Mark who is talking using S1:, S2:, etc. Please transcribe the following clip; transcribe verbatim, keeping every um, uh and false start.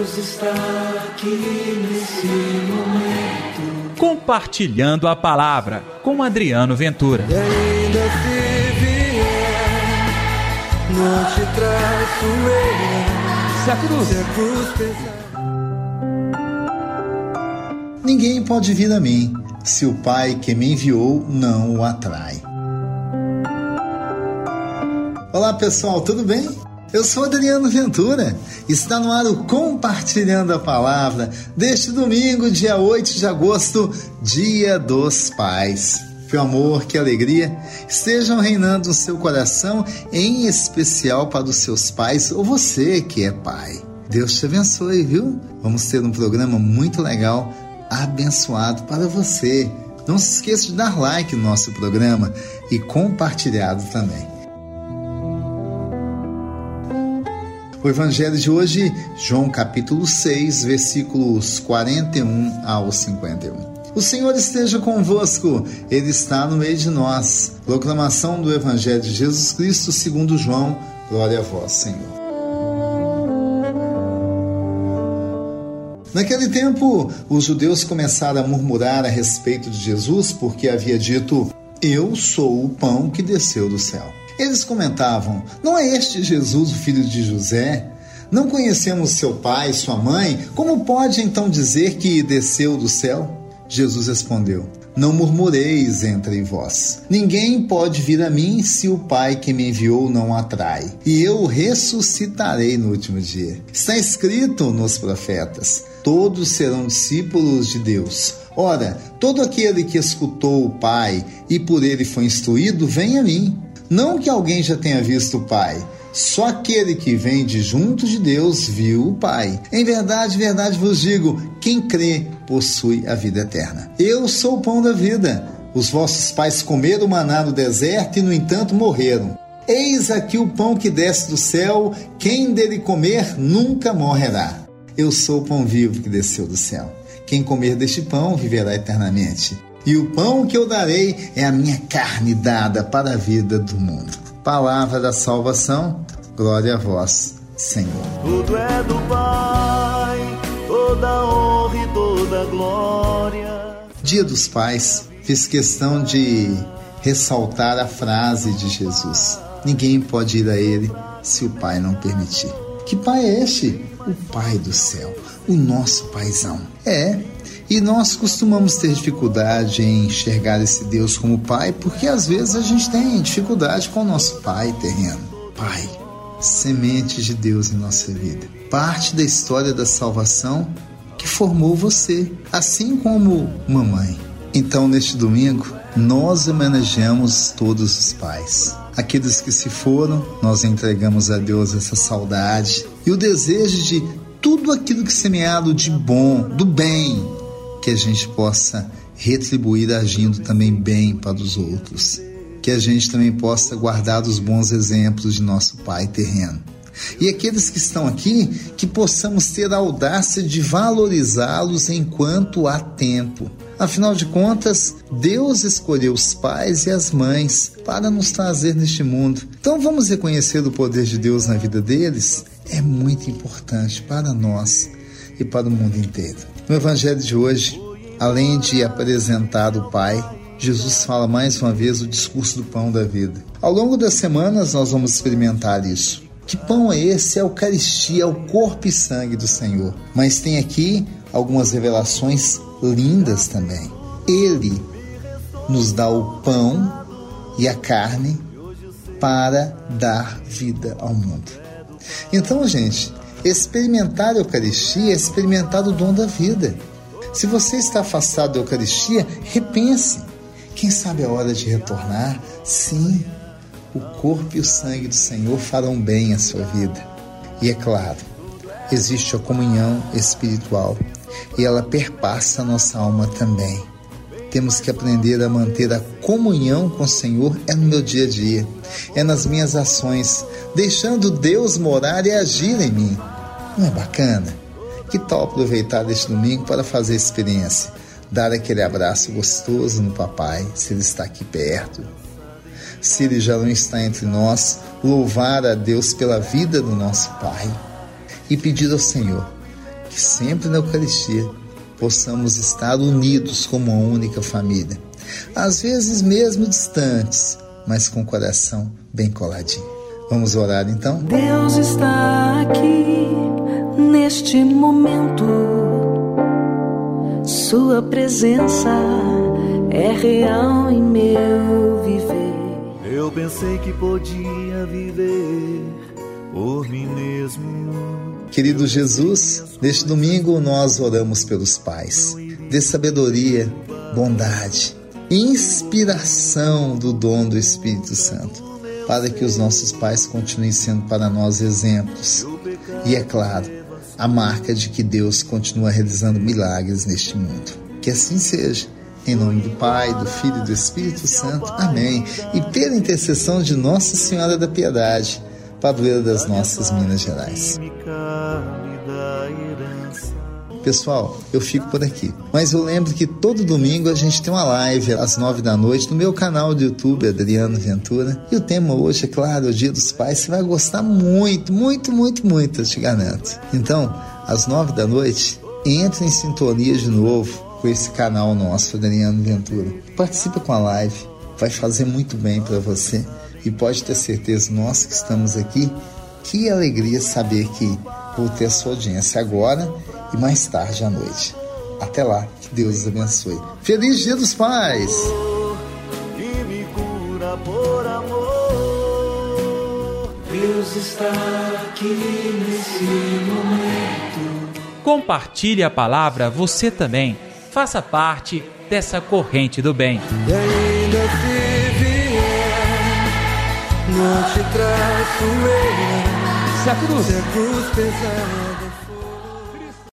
S1: Deus está aqui nesse momento.
S2: Compartilhando a Palavra com Adriano Ventura.
S1: E ainda se vier, não te traço eu,
S2: se a cruz,
S1: se a cruz pesar.
S3: Ninguém pode vir a mim se o Pai que me enviou não o atrai. Olá pessoal, tudo bem? Eu sou Adriano Ventura. Está no ar o Compartilhando a Palavra deste domingo, dia oito de agosto, Dia dos Pais. Que o amor, que a alegria estejam reinando no seu coração, em especial para os seus pais ou você que é pai. Deus te abençoe, viu? Vamos ter um programa muito legal, abençoado para você. Não se esqueça de dar like no nosso programa e compartilhado também. O Evangelho de hoje, João capítulo seis, versículos quarenta e um ao cinquenta e um. O Senhor esteja convosco, Ele está no meio de nós. Proclamação do Evangelho de Jesus Cristo segundo João. Glória a vós, Senhor. Naquele tempo, os judeus começaram a murmurar a respeito de Jesus porque havia dito: eu sou o pão que desceu do céu. Eles comentavam: não é este Jesus, o filho de José? Não conhecemos seu pai, sua mãe? Como pode então dizer que desceu do céu? Jesus respondeu: não murmureis entre vós. Ninguém pode vir a mim se o Pai que me enviou não o atrai. E eu o ressuscitarei no último dia. Está escrito nos profetas: todos serão discípulos de Deus. Ora, todo aquele que escutou o Pai e por ele foi instruído, vem a mim. Não que alguém já tenha visto o Pai, só aquele que vem de junto de Deus viu o Pai. Em verdade, verdade vos digo, quem crê possui a vida eterna. Eu sou o pão da vida. Os vossos pais comeram maná no deserto e, no entanto, morreram. Eis aqui o pão que desce do céu, quem dele comer nunca morrerá. Eu sou o pão vivo que desceu do céu. Quem comer deste pão viverá eternamente. E o pão que eu darei é a minha carne dada para a vida do mundo. Palavra da salvação, glória a vós, Senhor.
S4: Tudo é do Pai, toda honra e toda glória.
S3: Dia dos Pais, fiz questão de ressaltar a frase de Jesus: ninguém pode ir a Ele se o Pai não permitir. Que Pai é este? O Pai do céu, o nosso Paizão. É, e nós costumamos ter dificuldade em enxergar esse Deus como Pai, porque às vezes a gente tem dificuldade com o nosso Pai terreno. Pai, semente de Deus em nossa vida. Parte da história da salvação que formou você, assim como mamãe. Então, neste domingo, nós homenageamos todos os pais. Aqueles que se foram, nós entregamos a Deus essa saudade e o desejo de tudo aquilo que semeado de bom, do bem, que a gente possa retribuir agindo também bem para os outros. Que a gente também possa guardar os bons exemplos de nosso Pai terreno. E aqueles que estão aqui, que possamos ter a audácia de valorizá-los enquanto há tempo. Afinal de contas, Deus escolheu os pais e as mães para nos trazer neste mundo. Então vamos reconhecer o poder de Deus na vida deles? É muito importante para nós e para o mundo inteiro. No Evangelho de hoje, além de apresentar o Pai, Jesus fala mais uma vez o discurso do pão da vida. Ao longo das semanas nós vamos experimentar isso. Que pão é esse? É a Eucaristia, é o corpo e sangue do Senhor. Mas tem aqui algumas revelações lindas também. Ele nos dá o pão e a carne para dar vida ao mundo. Então, gente, experimentar a Eucaristia é experimentar o dom da vida. Se você está afastado da Eucaristia, repense. Quem sabe é hora de retornar? Sim, o corpo e o sangue do Senhor farão bem à sua vida. E é claro, existe a comunhão espiritual e ela perpassa a nossa alma também. Temos que aprender a manter a comunhão com o Senhor é no meu dia a dia, é nas minhas ações, deixando Deus morar e agir em mim. Não é bacana? Que tal aproveitar este domingo para fazer a experiência? Dar aquele abraço gostoso no papai, se ele está aqui perto. Se ele já não está entre nós, louvar a Deus pela vida do nosso pai. E pedir ao Senhor que sempre na Eucaristia possamos estar unidos como uma única família, às vezes mesmo distantes, mas com o coração bem coladinho. Vamos orar então?
S1: Deus está aqui neste momento, Sua presença é real em meu viver.
S4: Eu pensei que podia viver por mim mesmo.
S3: Querido Jesus, neste domingo nós oramos pelos pais. Dê sabedoria, bondade, inspiração do dom do Espírito Santo, para que os nossos pais continuem sendo para nós exemplos. E é claro, a marca de que Deus continua realizando milagres neste mundo. Que assim seja. Em nome do Pai, do Filho e do Espírito Santo. Amém. E pela intercessão de Nossa Senhora da Piedade, padroeira das nossas Minas Gerais. Pessoal, eu fico por aqui. Mas eu lembro que todo domingo a gente tem uma live às nove da noite no meu canal do YouTube, Adriano Ventura. E o tema hoje, é claro, é o Dia dos Pais. Você vai gostar muito, muito, muito, muito, eu te garanto. Então, às nove da noite, entre em sintonia de novo com esse canal nosso, Adriano Ventura. Participa com a live, vai fazer muito bem para você. E pode ter certeza, nós que estamos aqui, que alegria saber que vou ter a sua audiência agora e mais tarde à noite. Até lá, que Deus os abençoe. Feliz Dia dos Pais!
S4: E me cura por amor.
S1: Deus está aqui nesse momento.
S2: Compartilhe a palavra você também. Faça parte dessa corrente do bem.
S1: E ainda se vier, não te traço eu.
S2: Se a cruz,
S1: Se a cruz pesar.